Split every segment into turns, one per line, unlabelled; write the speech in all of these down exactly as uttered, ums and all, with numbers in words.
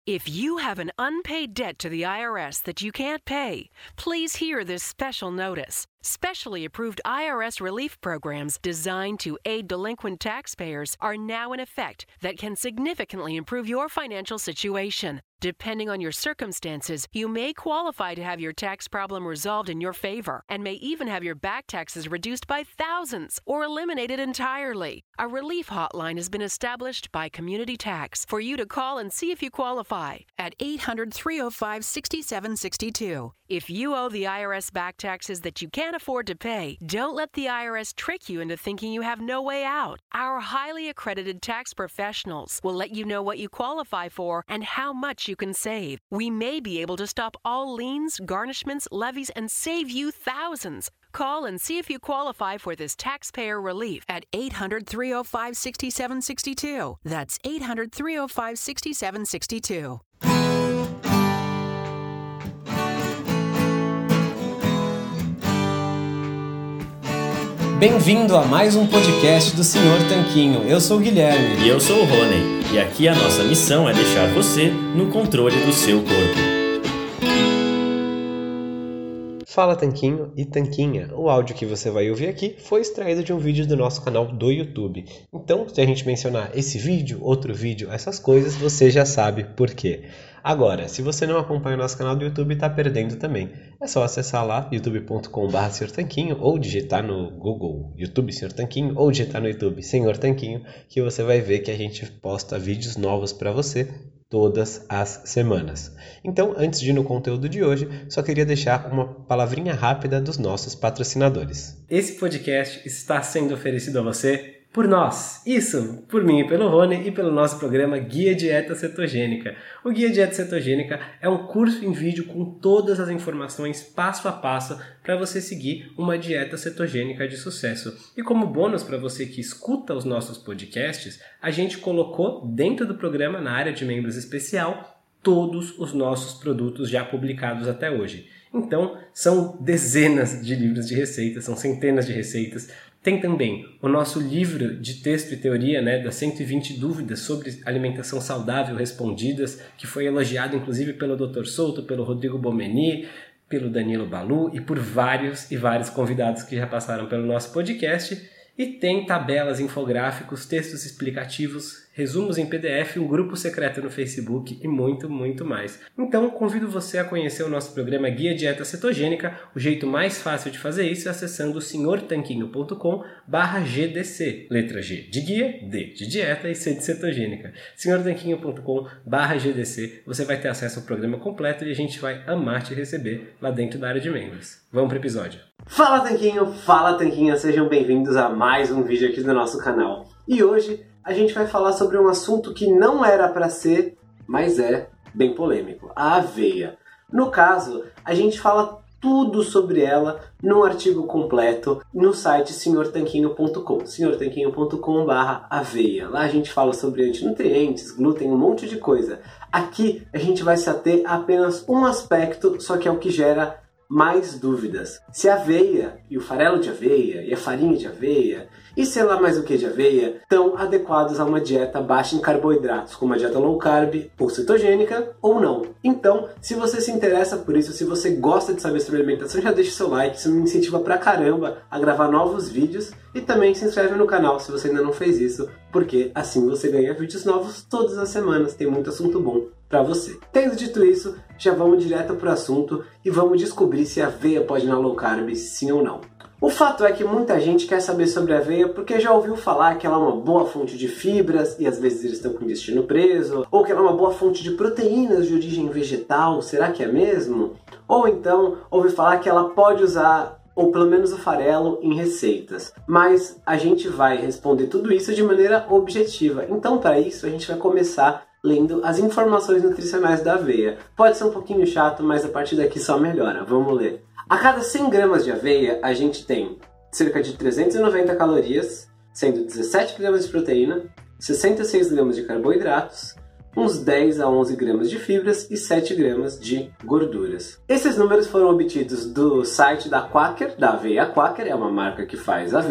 If you have an unpaid debt to the I R S that you can't pay, please hear this special notice. Specially approved I R S relief programs designed to aid delinquent taxpayers are now in effect that can significantly improve your financial situation. Depending on your circumstances, you may qualify to have your tax problem resolved in your favor and may even have your back taxes reduced by thousands or eliminated entirely. A relief hotline has been established by Community Tax for you to call and see if you qualify at eight hundred, three oh five, six seven six two. If you owe the I R S back taxes that you can't afford to pay, don't let the I R S trick you into thinking you have no way out. Our highly accredited tax professionals will let you know what you qualify for and how much you can save. We may be able to stop all liens, garnishments, levies, and save you thousands. Call and see if you qualify for this taxpayer relief at eight hundred, three oh five, six seven six two. That's eight hundred, three oh five, six seven six two.
Bem-vindo a mais um podcast do senhor Tanquinho. Eu sou o Guilherme.
E eu sou o Rony. E aqui a nossa missão é deixar você no controle do seu corpo.
Fala Tanquinho e Tanquinha. O áudio que você vai ouvir aqui foi extraído de um vídeo do nosso canal do YouTube. Então, se a gente mencionar esse vídeo, outro vídeo, essas coisas, você já sabe por quê. Agora, se você não acompanha o nosso canal do YouTube, está perdendo também. É só acessar lá, youtube ponto com barra senhor tanquinho, ou digitar no Google YouTube senhor Tanquinho, ou digitar no YouTube Senhor Tanquinho, que você vai ver que a gente posta vídeos novos para você todas as semanas. Então, antes de ir no conteúdo de hoje, só queria deixar uma palavrinha rápida dos nossos patrocinadores.
Esse podcast está sendo oferecido a você por nós, isso, por mim e pelo Rony e pelo nosso programa Guia Dieta Cetogênica. O Guia Dieta Cetogênica é um curso em vídeo com todas as informações passo a passo para você seguir uma dieta cetogênica de sucesso. E como bônus para você que escuta os nossos podcasts, a gente colocou dentro do programa, na área de membros especial, todos os nossos produtos já publicados até hoje. Então, são dezenas de livros de receitas, são centenas de receitas. Tem também o nosso livro de texto e teoria, né, das cento e vinte dúvidas sobre alimentação saudável respondidas, que foi elogiado inclusive pelo doutor Souto, pelo Rodrigo Bomeni, pelo Danilo Balu e por vários e vários convidados que já passaram pelo nosso podcast. E tem tabelas, infográficos, textos explicativos, resumos em P D F, um grupo secreto no Facebook e muito, muito mais. Então, convido você a conhecer o nosso programa Guia Dieta Cetogênica. O jeito mais fácil de fazer isso é acessando senhor tanquinho ponto com barra G D C. Letra G de guia, D de dieta e C de cetogênica. senhor tanquinho ponto com barra G D C. Você vai ter acesso ao programa completo e a gente vai amar te receber lá dentro da área de membros. Vamos para o episódio.
Fala Tanquinho, fala Tanquinha, sejam bem-vindos a mais um vídeo aqui do nosso canal. E hoje a gente vai falar sobre um assunto que não era para ser, mas é bem polêmico, a aveia. No caso, a gente fala tudo sobre ela num artigo completo no site senhor tanquinho ponto com, senhor tanquinho ponto com barra aveia. Lá a gente fala sobre antinutrientes, glúten, um monte de coisa. Aqui a gente vai se ater a apenas um aspecto, só que é o que gera mais dúvidas. Se a aveia e o farelo de aveia e a farinha de aveia e sei lá mais o que de aveia estão adequados a uma dieta baixa em carboidratos, como a dieta low carb ou cetogênica ou não. Então, se você se interessa por isso, se você gosta de saber sobre alimentação, já deixa seu like, isso me incentiva pra caramba a gravar novos vídeos e também se inscreve no canal se você ainda não fez isso, porque assim você ganha vídeos novos todas as semanas, tem muito assunto bom pra você. Tendo dito isso, já vamos direto pro assunto e vamos descobrir se a aveia pode ir na low carb, sim ou não. O fato é que muita gente quer saber sobre a aveia porque já ouviu falar que ela é uma boa fonte de fibras e às vezes eles estão com o intestino preso, ou que ela é uma boa fonte de proteínas de origem vegetal, será que é mesmo? Ou então ouve falar que ela pode usar, ou pelo menos o farelo, em receitas. Mas a gente vai responder tudo isso de maneira objetiva. Então, para isso, a gente vai começar lendo as informações nutricionais da aveia. Pode ser um pouquinho chato, mas a partir daqui só melhora. Vamos ler. A cada cem gramas de aveia, a gente tem cerca de trezentas e noventa calorias, sendo dezessete gramas de proteína, sessenta e seis gramas de carboidratos, uns dez a onze gramas de fibras e sete gramas de gorduras. Esses números foram obtidos do site da Quaker, da Aveia Quaker, é uma marca que faz aveia,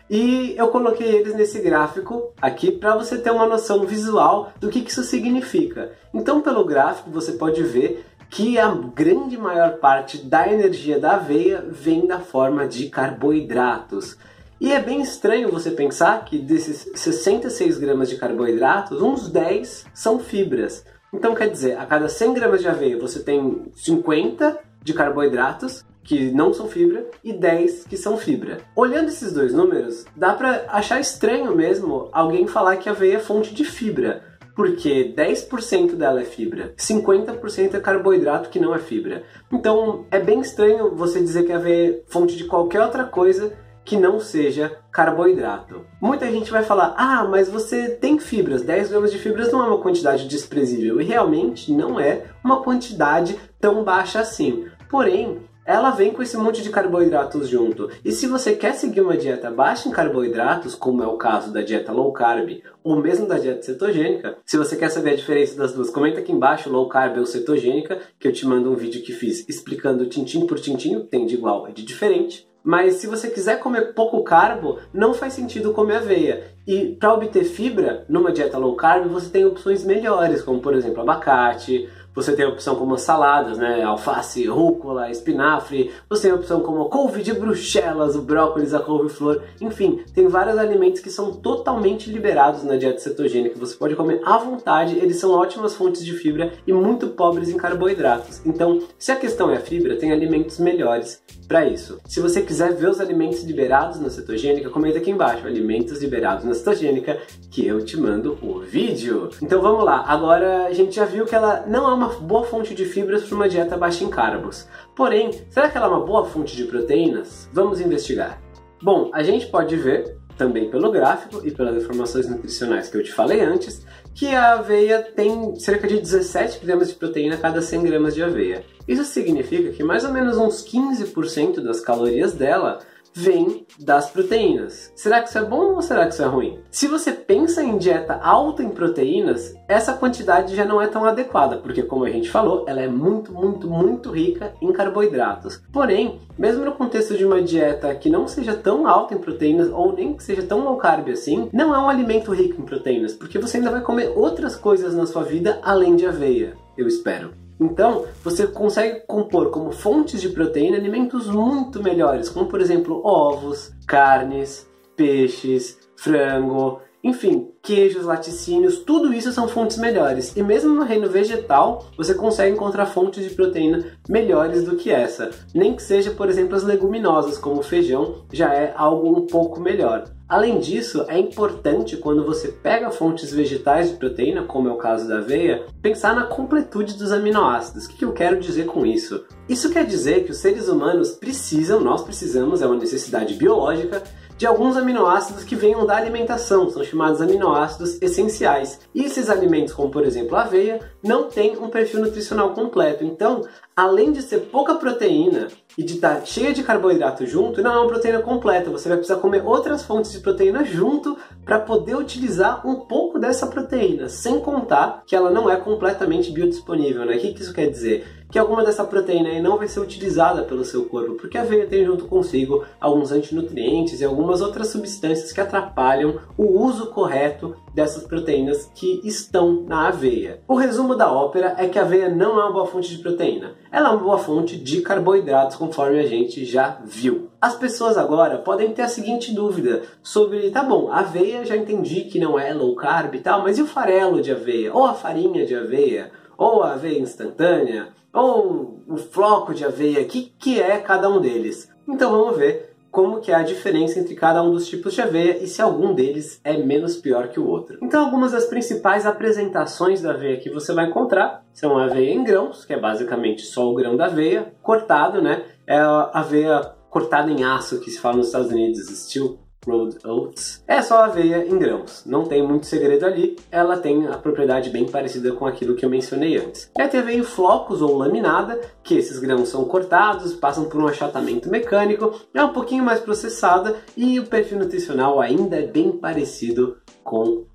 E eu coloquei eles nesse gráfico aqui para você ter uma noção visual do que isso significa. Então, pelo gráfico, você pode ver que a grande maior parte da energia da aveia vem da forma de carboidratos. E é bem estranho você pensar que desses sessenta e seis gramas de carboidratos, uns dez são fibras. Então, quer dizer, a cada cem gramas de aveia você tem cinquenta de carboidratos, que não são fibra, e dez que são fibra. Olhando esses dois números, dá pra achar estranho mesmo alguém falar que a aveia é fonte de fibra, porque dez por cento dela é fibra, cinquenta por cento é carboidrato que não é fibra. Então é bem estranho você dizer que a aveia é fonte de qualquer outra coisa que não seja carboidrato. Muita gente vai falar, ah, mas você tem fibras, dez gramas de fibras não é uma quantidade desprezível, e realmente não é uma quantidade tão baixa assim. Porém, ela vem com esse monte de carboidratos junto. E se você quer seguir uma dieta baixa em carboidratos, como é o caso da dieta low carb, ou mesmo da dieta cetogênica, se você quer saber a diferença das duas, comenta aqui embaixo, low carb ou cetogênica, que eu te mando um vídeo que fiz explicando tintim por tintim, tem de igual e de diferente. Mas se você quiser comer pouco carbo, não faz sentido comer aveia. E para obter fibra, numa dieta low carb, você tem opções melhores, como por exemplo abacate. Você tem a opção como saladas, né? Alface, rúcula, espinafre. Você tem a opção como couve de Bruxelas, o brócolis, a couve-flor. Enfim, tem vários alimentos que são totalmente liberados na dieta cetogênica. Você pode comer à vontade, eles são ótimas fontes de fibra e muito pobres em carboidratos. Então, se a questão é a fibra, tem alimentos melhores para isso. Se você quiser ver os alimentos liberados na cetogênica, comenta aqui embaixo, alimentos liberados na cetogênica, que eu te mando o vídeo. Então vamos lá, agora a gente já viu que ela não é uma boa fonte de fibras para uma dieta baixa em carbos. Porém, será que ela é uma boa fonte de proteínas? Vamos investigar. Bom, a gente pode ver, também pelo gráfico e pelas informações nutricionais que eu te falei antes, que a aveia tem cerca de dezessete gramas de proteína a cada cem gramas de aveia. Isso significa que mais ou menos uns quinze por cento das calorias dela vem das proteínas. Será que isso é bom ou será que isso é ruim? Se você pensa em dieta alta em proteínas, essa quantidade já não é tão adequada, porque como a gente falou, ela é muito, muito, muito rica em carboidratos. Porém, mesmo no contexto de uma dieta que não seja tão alta em proteínas, ou nem que seja tão low carb assim, não é um alimento rico em proteínas, porque você ainda vai comer outras coisas na sua vida além de aveia, eu espero. Então, você consegue compor como fontes de proteína alimentos muito melhores, como por exemplo ovos, carnes, peixes, frango, enfim, queijos, laticínios, tudo isso são fontes melhores. E mesmo no reino vegetal, você consegue encontrar fontes de proteína melhores do que essa. Nem que seja, por exemplo, as leguminosas, como o feijão, já é algo um pouco melhor. Além disso, é importante quando você pega fontes vegetais de proteína, como é o caso da aveia, pensar na completude dos aminoácidos. O que eu quero dizer com isso? Isso quer dizer que os seres humanos precisam, nós precisamos, é uma necessidade biológica, de alguns aminoácidos que venham da alimentação, são chamados aminoácidos essenciais. E esses alimentos, como por exemplo a aveia, não têm um perfil nutricional completo. Então, além de ser pouca proteína e de estar cheia de carboidrato junto, não é uma proteína completa. Você vai precisar comer outras fontes de proteína junto para poder utilizar um pouco dessa proteína, sem contar que ela não é completamente biodisponível, né? O que isso quer dizer? Que alguma dessa proteína aí não vai ser utilizada pelo seu corpo, porque a aveia tem junto consigo alguns antinutrientes e algumas outras substâncias que atrapalham o uso correto dessas proteínas que estão na aveia. O resumo da ópera é que a aveia não é uma boa fonte de proteína, ela é uma boa fonte de carboidratos, conforme a gente já viu. As pessoas agora podem ter a seguinte dúvida sobre, tá bom, a aveia já entendi que não é low carb e tal, mas e o farelo de aveia, ou a farinha de aveia, ou a aveia instantânea, ou o floco de aveia, o que, que é cada um deles? Então vamos ver como que é a diferença entre cada um dos tipos de aveia e se algum deles é menos pior que o outro. Então algumas das principais apresentações da aveia que você vai encontrar são a aveia em grãos, que é basicamente só o grão da aveia, cortado, né? É a aveia cortada em aço, que se fala nos Estados Unidos, steel rolled oats. É só aveia em grãos, não tem muito segredo ali, ela tem a propriedade bem parecida com aquilo que eu mencionei antes. E a aveia em flocos ou laminada, que esses grãos são cortados, passam por um achatamento mecânico, é um pouquinho mais processada e o perfil nutricional ainda é bem parecido com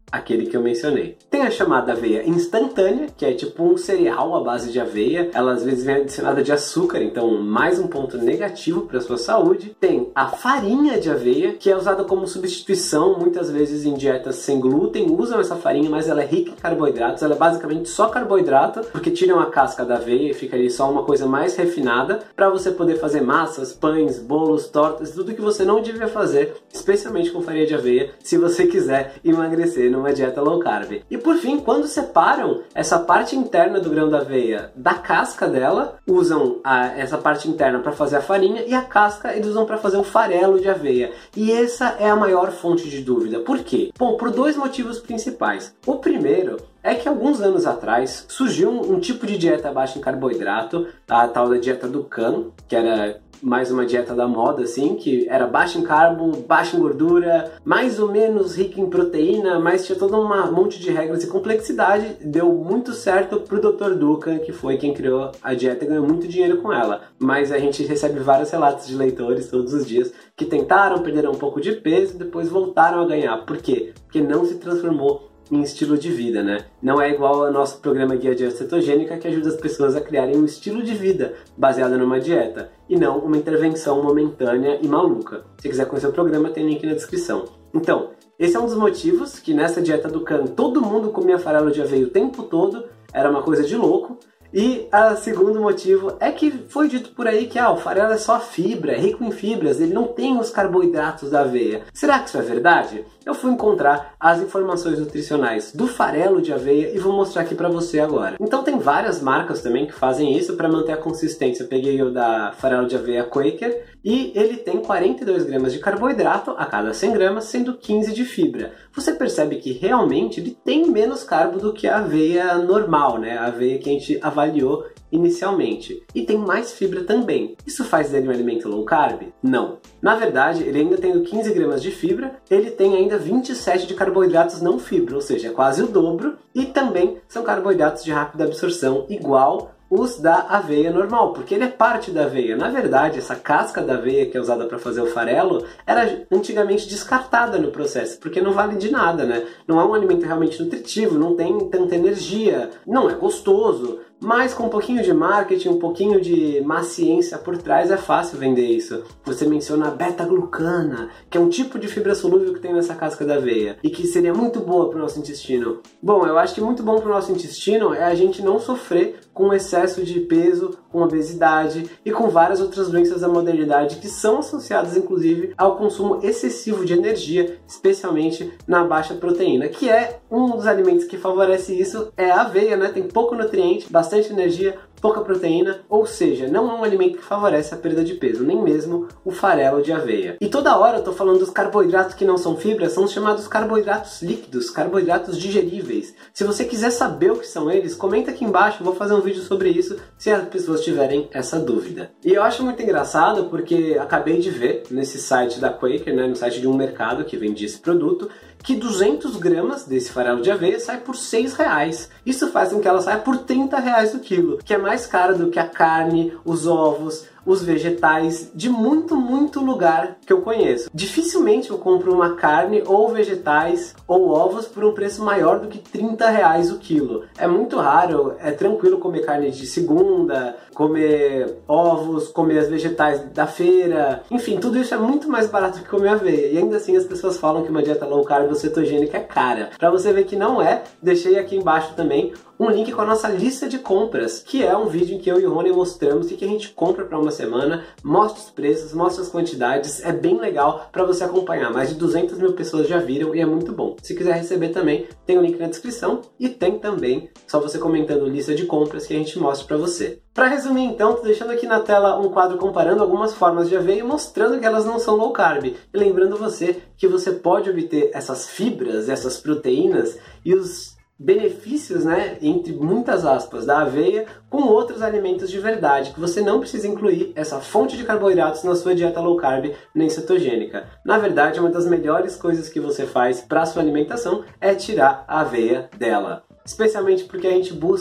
aquele que eu mencionei. Tem a chamada aveia instantânea, que é tipo um cereal à base de aveia. Ela às vezes vem adicionada de açúcar, então mais um ponto negativo para a sua saúde. Tem a farinha de aveia, que é usada como substituição, muitas vezes em dietas sem glúten, usam essa farinha, mas ela é rica em carboidratos, ela é basicamente só carboidrato, porque tiram a casca da aveia e fica ali só uma coisa mais refinada, para você poder fazer massas, pães, bolos, tortas, tudo que você não devia fazer, especialmente com farinha de aveia, se você quiser emagrecer numa dieta low carb. E por fim, quando separam essa parte interna do grão da aveia da casca dela, usam a, essa parte interna para fazer a farinha e a casca eles usam para fazer o farelo de aveia. E essa é a maior fonte de dúvida. Por quê? Bom, por dois motivos principais. O primeiro é que alguns anos atrás surgiu um, um tipo de dieta baixa em carboidrato, a tal da dieta do Dukan, que era mais uma dieta da moda, assim, que era baixa em carbo, baixa em gordura, mais ou menos rica em proteína, mas tinha todo um monte de regras e complexidade. Deu muito certo pro doutor Dukan, que foi quem criou a dieta e ganhou muito dinheiro com ela. Mas a gente recebe vários relatos de leitores todos os dias que tentaram, perderam um pouco de peso e depois voltaram a ganhar. Por quê? Porque não se transformou em estilo de vida, né? Não é igual ao nosso programa Guia Dieta Cetogênica, que ajuda as pessoas a criarem um estilo de vida baseado numa dieta, e não uma intervenção momentânea e maluca. Se quiser conhecer o programa, tem link na descrição. Então, esse é um dos motivos que nessa dieta do Dukan todo mundo comia farelo de aveia o tempo todo, era uma coisa de louco. E o segundo motivo é que foi dito por aí que ah, o farelo é só fibra, é rico em fibras, ele não tem os carboidratos da aveia. Será que isso é verdade? Eu fui encontrar as informações nutricionais do farelo de aveia e vou mostrar aqui pra você agora. Então tem várias marcas também que fazem isso para manter a consistência. Eu peguei o da farelo de aveia Quaker e ele tem quarenta e dois gramas de carboidrato a cada cem gramas, sendo quinze de fibra. Você percebe que realmente ele tem menos carbo do que a aveia normal, né? A aveia que a gente avaliou inicialmente. E tem mais fibra também. Isso faz dele um alimento low carb? Não. Na verdade, ele ainda tendo quinze gramas de fibra, ele tem ainda vinte e sete de carboidratos não fibra, ou seja, é quase o dobro, e também são carboidratos de rápida absorção, igual os da aveia normal, porque ele é parte da aveia. Na verdade, essa casca da aveia que é usada para fazer o farelo era antigamente descartada no processo, porque não vale de nada, né? Não é um alimento realmente nutritivo, não tem tanta energia, não é gostoso, mas com um pouquinho de marketing, um pouquinho de maciência por trás é fácil vender isso. Você menciona a beta-glucana, que é um tipo de fibra solúvel que tem nessa casca da aveia e que seria muito boa para o nosso intestino. Bom, eu acho que muito bom para o nosso intestino é a gente não sofrer com excesso de peso, com obesidade e com várias outras doenças da modernidade que são associadas inclusive ao consumo excessivo de energia, especialmente na baixa proteína, que é um dos alimentos que favorece isso, é a aveia, né? Tem pouco nutriente, bastante energia, pouca proteína, ou seja, não é um alimento que favorece a perda de peso, nem mesmo o farelo de aveia. E toda hora eu tô falando dos carboidratos que não são fibras, são os chamados carboidratos líquidos, carboidratos digeríveis. Se você quiser saber o que são eles, comenta aqui embaixo, eu vou fazer um vídeo sobre isso, se as pessoas tiverem essa dúvida. E eu acho muito engraçado porque acabei de ver nesse site da Quaker, né, no site de um mercado que vende esse produto, que duzentos gramas desse farelo de aveia sai por seis reais. Isso faz com que ela saia por trinta reais o quilo, que é mais caro do que a carne, os ovos, os vegetais de muito, muito lugar que eu conheço. Dificilmente eu compro uma carne ou vegetais ou ovos por um preço maior do que trinta reais o quilo. É muito raro, é tranquilo comer carne de segunda, comer ovos, comer as vegetais da feira. Enfim, tudo isso é muito mais barato que comer aveia. E ainda assim as pessoas falam que uma dieta low carb ou cetogênica é cara. Pra você ver que não é, deixei aqui embaixo também um link com a nossa lista de compras, que é um vídeo em que eu e o Rony mostramos o que a gente compra para uma semana, mostra os preços, mostra as quantidades, é bem legal para você acompanhar. Mais de duzentas mil pessoas já viram e é muito bom. Se quiser receber também, tem o link na descrição e tem também, só você comentando lista de compras que a gente mostra para você. Para resumir então, tô deixando aqui na tela um quadro comparando algumas formas de aveia e mostrando que elas não são low carb. E lembrando você que você pode obter essas fibras, essas proteínas e os benefícios, né, entre muitas aspas, da aveia com outros alimentos de verdade, que você não precisa incluir essa fonte de carboidratos na sua dieta low carb nem cetogênica. Na verdade, uma das melhores coisas que você faz para sua alimentação é tirar a aveia dela. Especialmente porque a gente busca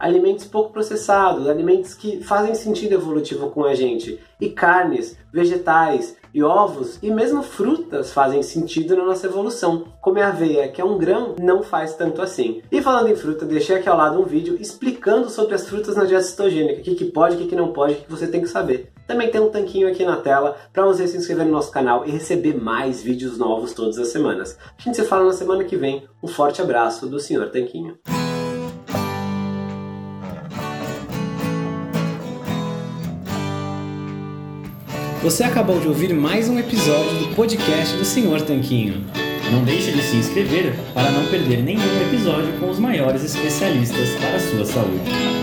alimentos pouco processados, alimentos que fazem sentido evolutivo com a gente. E carnes, vegetais e ovos e mesmo frutas fazem sentido na nossa evolução. Comer aveia, que é um grão, não faz tanto assim. E falando em fruta, deixei aqui ao lado um vídeo explicando sobre as frutas na dieta cetogênica, o que, que pode, o que, que não pode, o que você tem que saber. Também tem um tanquinho aqui na tela para você se inscrever no nosso canal e receber mais vídeos novos todas as semanas. A gente se fala na semana que vem. Um forte abraço do senhor Tanquinho.
Você acabou de ouvir mais um episódio do podcast do senhor Tanquinho.
Não deixe de se inscrever para não perder nenhum episódio com os maiores especialistas para a sua saúde.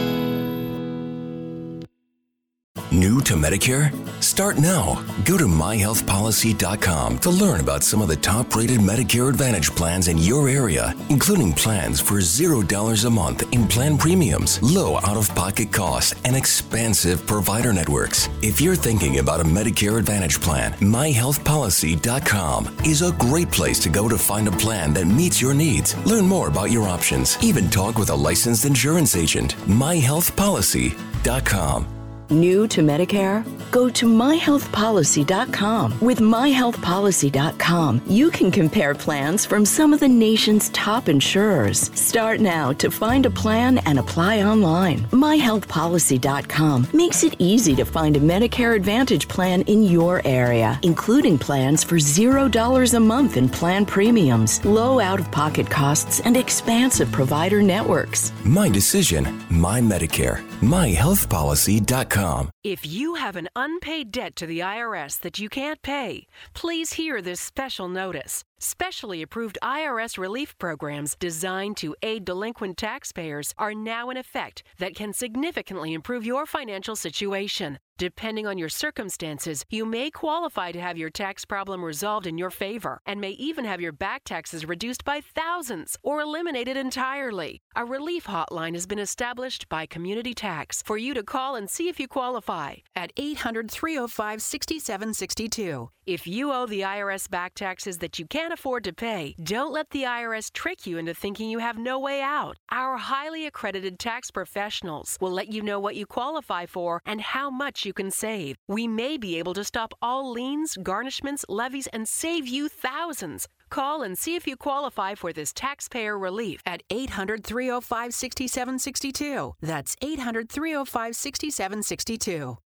New to Medicare? Start now. Go to my health policy dot com to learn about some of the top-rated Medicare Advantage plans in your area, including plans for zero dollars a month in plan premiums, low out-of-pocket costs, and expansive provider networks. If you're thinking about a Medicare Advantage plan, my health policy dot com is a great place to go to find a plan that meets your needs. Learn more about your options. Even talk with a licensed insurance agent. my health policy dot com.
New to Medicare? Go to my health policy dot com. With my health policy dot com, you can compare plans from some of the nation's top insurers. Start now to find a plan and apply online. my health policy dot com makes it easy to find a Medicare Advantage plan in your area, including plans for zero dollars a month in plan premiums, low out-of-pocket costs, and expansive provider networks.
My decision, my Medicare. my health policy dot com.
If you have an unpaid debt to the I R S that you can't pay, please hear this special notice. Specially approved I R S relief programs designed to aid delinquent taxpayers are now in effect that can significantly improve your financial situation. Depending on your circumstances, you may qualify to have your tax problem resolved in your favor and may even have your back taxes reduced by thousands or eliminated entirely. A relief hotline has been established by Community Tax for you to call and see if you qualify at eight hundred, three oh five, six seven six two. If you owe the I R S back taxes that you can't afford to pay, don't let the I R S trick you into thinking you have no way out. Our highly accredited tax professionals will let you know what you qualify for and how much you can save. We may be able to stop all liens, garnishments, levies, and save you thousands. Call and see if you qualify for this taxpayer relief at eight hundred, three oh five, six seven six two. That's eight hundred, three oh five, six seven six two.